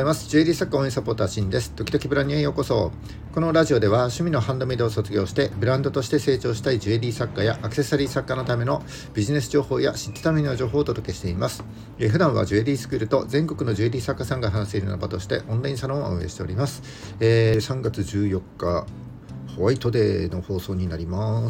ます。ジュエリー作家応援サポーターシンです。時々ブランニュへようこそ。このラジオでは趣味のハンドメイドを卒業してブランドとして成長したいジュエリー作家やアクセサリー作家のためのビジネス情報や知ってための情報をお届けしています。普段はジュエリースクールと全国のジュエリー作家さんが話せるような場としてオンラインサロンを運営しております。3月14日ホワイトデーの放送になります。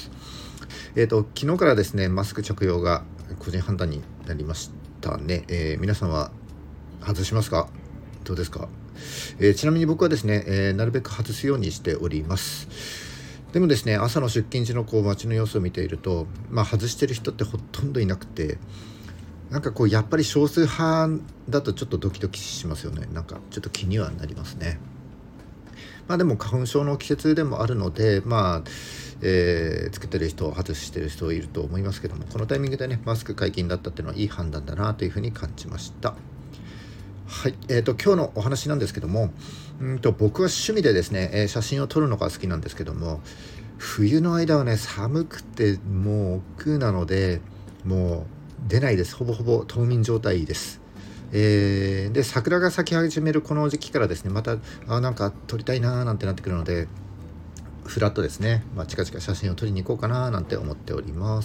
昨日からですね、マスク着用が個人判断になりましたね。皆さんは外しますか？どうですか？ちなみに僕はですね、なるべく外すようにしております。でもですね、朝の出勤時の街の様子を見ていると、外してる人ってほとんどいなくて、やっぱり少数派だとちょっとドキドキしますよね。ちょっと気にはなりますね。でも花粉症の季節でもあるので、つけてる人、外してる人いると思いますけども、このタイミングでね、マスク解禁だったっていうのはいい判断だなというふうに感じました。はい、今日のお話なんですけども、僕は趣味でですね、写真を撮るのが好きなんですけども、冬の間はね、寒くてもう億劫なので、もう出ないです。ほぼほぼ冬眠状態です。で、桜が咲き始めるこの時期からですね、また撮りたいなーなんてなってくるので、ふらっとですね、近々写真を撮りに行こうかななんて思っております。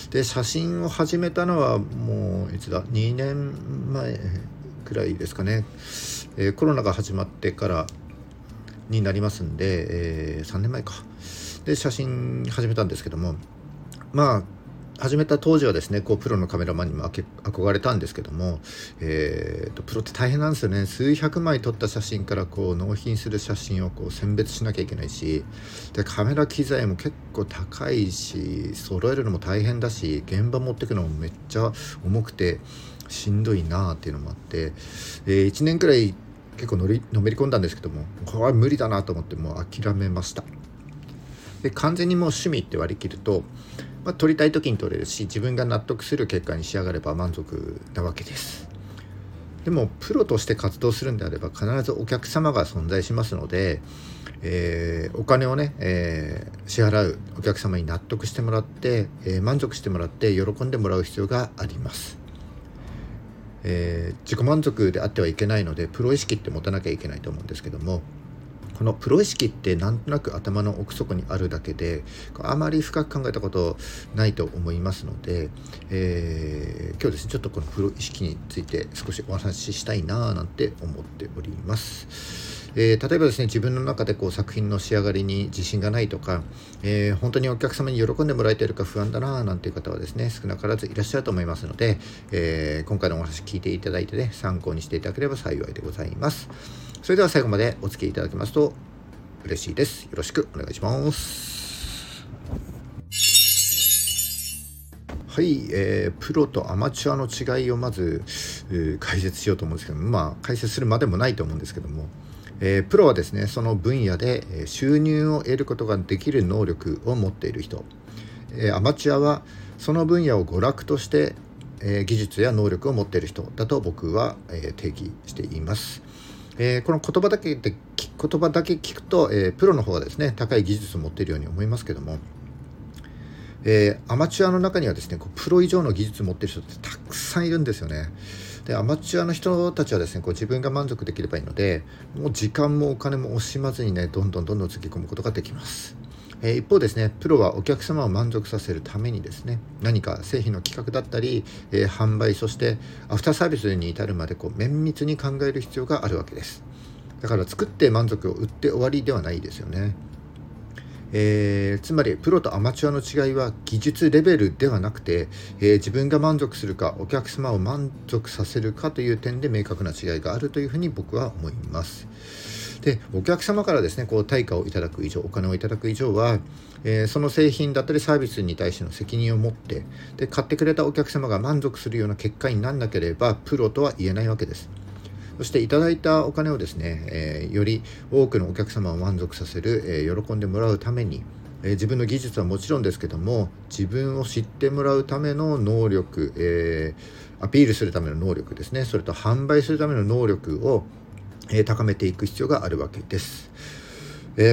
で、写真を始めたのはもういつだ、2年前くらいですかね。コロナが始まってからになりますんで、3年前かで写真始めたんですけども、始めた当時はですね、プロのカメラマンにも憧れたんですけども、プロって大変なんですよね。数百枚撮った写真から納品する写真を選別しなきゃいけないし、でカメラ機材も結構高いし、揃えるのも大変だし、現場持ってくのもめっちゃ重くてしんどいなっていうのもあって、1年くらい結構のめり込んだんですけども、これは無理だなと思ってもう諦めました。で、完全にもう趣味って割り切ると、撮りたい時に撮れるし、自分が納得する結果に仕上がれば満足なわけです。でもプロとして活動するんであれば必ずお客様が存在しますので、お金をね、支払うお客様に納得してもらって、満足してもらって喜んでもらう必要があります。自己満足であってはいけないので、プロ意識って持たなきゃいけないと思うんですけども、このプロ意識ってなんとなく頭の奥底にあるだけで、あまり深く考えたことないと思いますので、今日ですね、ちょっとこのプロ意識について少しお話ししたいななんて思っております。例えばですね、自分の中で作品の仕上がりに自信がないとか、本当にお客様に喜んでもらえているか不安だななんていう方はですね、少なからずいらっしゃると思いますので、今回のお話聞いていただいてね、参考にしていただければ幸いでございます。それでは最後までお付き合いいただけますと嬉しいです。よろしくお願いします。はい、プロとアマチュアの違いをまず、解説しようと思うんですけども、解説するまでもないと思うんですけども、プロはですね、その分野で収入を得ることができる能力を持っている人、アマチュアはその分野を娯楽として、技術や能力を持っている人だと僕は、定義しています。この言葉だけ聞くと、プロの方がですね、高い技術を持っているように思いますけども、アマチュアの中にはですね、プロ以上の技術を持っている人ってたくさんいるんですよね。で、アマチュアの人たちはですね、自分が満足できればいいので、もう時間もお金も惜しまずにね、どんどんつぎ込むことができます。一方ですね、プロはお客様を満足させるためにですね、何か製品の企画だったり、販売、そしてアフターサービスに至るまで綿密に考える必要があるわけです。だから作って満足を売って終わりではないですよね。つまりプロとアマチュアの違いは技術レベルではなくて、自分が満足するかお客様を満足させるかという点で明確な違いがあるというふうに僕は思います。で、お客様からですね、対価をいただく以上、お金をいただく以上は、その製品だったりサービスに対しての責任を持って、で買ってくれたお客様が満足するような結果にならなければプロとは言えないわけです。そしていただいたお金をですね、より多くのお客様を満足させる、喜んでもらうために、自分の技術はもちろんですけども、自分を知ってもらうための能力、アピールするための能力ですね、それと販売するための能力を、高めていく必要があるわけです。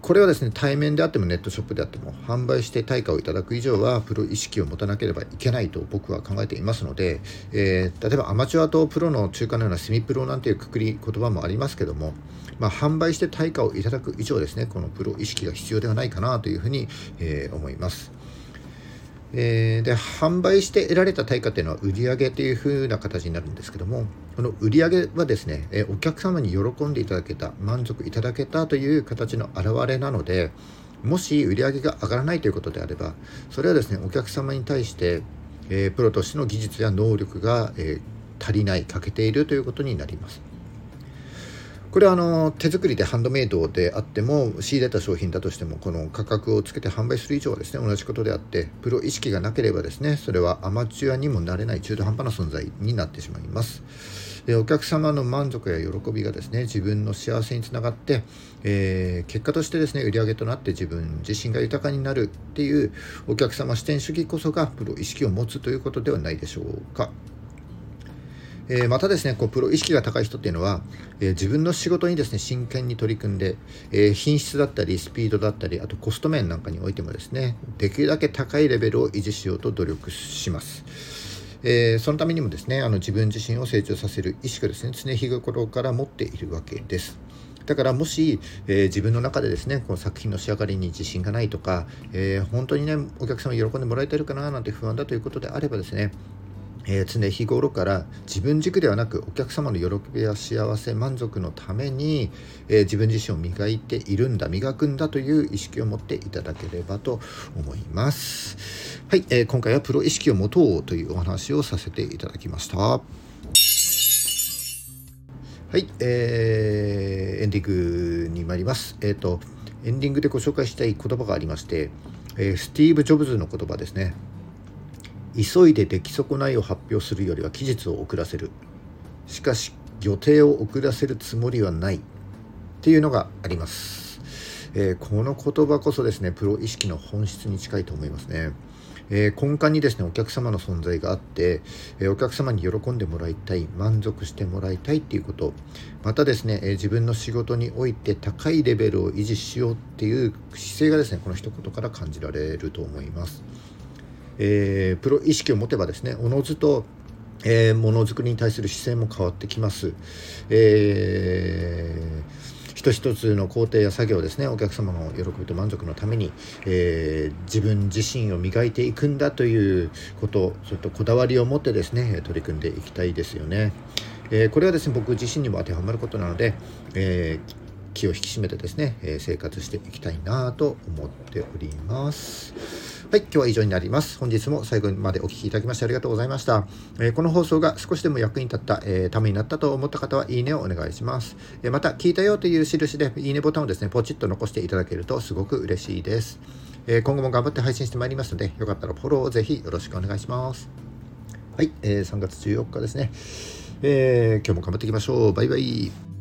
これはですね、対面であってもネットショップであっても販売して対価をいただく以上はプロ意識を持たなければいけないと僕は考えていますので、例えばアマチュアとプロの中間のようなセミプロなんていうくくり言葉もありますけども、販売して対価をいただく以上ですね、このプロ意識が必要ではないかなというふうに、思います。で販売して得られた対価というのは売上という風な形になるんですけども、この売上はですね、お客様に喜んでいただけた、満足いただけたという形の表れなので、もし売上が上がらないということであれば、それはですね、お客様に対して、プロとしての技術や能力が、足りない、欠けているということになります。これは手作りでハンドメイドであっても、仕入れた商品だとしても、この価格をつけて販売する以上はですね、同じことであって、プロ意識がなければですね、それはアマチュアにもなれない中途半端な存在になってしまいます。お客様の満足や喜びがですね、自分の幸せにつながって、結果としてですね、売上となって自分自身が豊かになるっていうお客様視点主義こそがプロ意識を持つということではないでしょうか。またですね、プロ意識が高い人っていうのは、自分の仕事にですね、真剣に取り組んで、品質だったりスピードだったり、あとコスト面なんかにおいてもですね、できるだけ高いレベルを維持しようと努力します。そのためにもですね、自分自身を成長させる意識をですね、常日頃から持っているわけです。だからもし、自分の中でですね、この作品の仕上がりに自信がないとか、本当にね、お客様に喜んでもらえてるかななんて不安だということであればですね、常日頃から自分軸ではなくお客様の喜びや幸せ満足のために、自分自身を磨くんだという意識を持っていただければと思います。はい、今回はプロ意識を持とうというお話をさせていただきました。はい、エンディングに参ります。エンディングでご紹介したい言葉がありまして、スティーブ・ジョブズの言葉ですね。急いで出来損ないを発表するよりは期日を遅らせる。しかし予定を遅らせるつもりはないっていうのがあります。この言葉こそですね、プロ意識の本質に近いと思いますね。根幹にですね、お客様の存在があって、お客様に喜んでもらいたい、満足してもらいたいっていうこと、またですね、自分の仕事において高いレベルを維持しようっていう姿勢がですね、この一言から感じられると思います。プロ意識を持てばですね、おのずと、ものづくりに対する姿勢も変わってきます。一つ一つの工程や作業ですね、お客様の喜びと満足のために、自分自身を磨いていくんだということ、それとこだわりを持ってですね、取り組んでいきたいですよね。これはですね、僕自身にも当てはまることなので、気を引き締めてですね、生活していきたいなと思っております。はい、今日は以上になります。本日も最後までお聞きいただきましてありがとうございました。この放送が少しでも役に立った、ためになったと思った方はいいねをお願いします。また聞いたよという印でいいねボタンをですね、ポチッと残していただけるとすごく嬉しいです。今後も頑張って配信してまいりますので、よかったらフォローをぜひよろしくお願いします。はい、3月14日ですね。今日も頑張っていきましょう。バイバイ。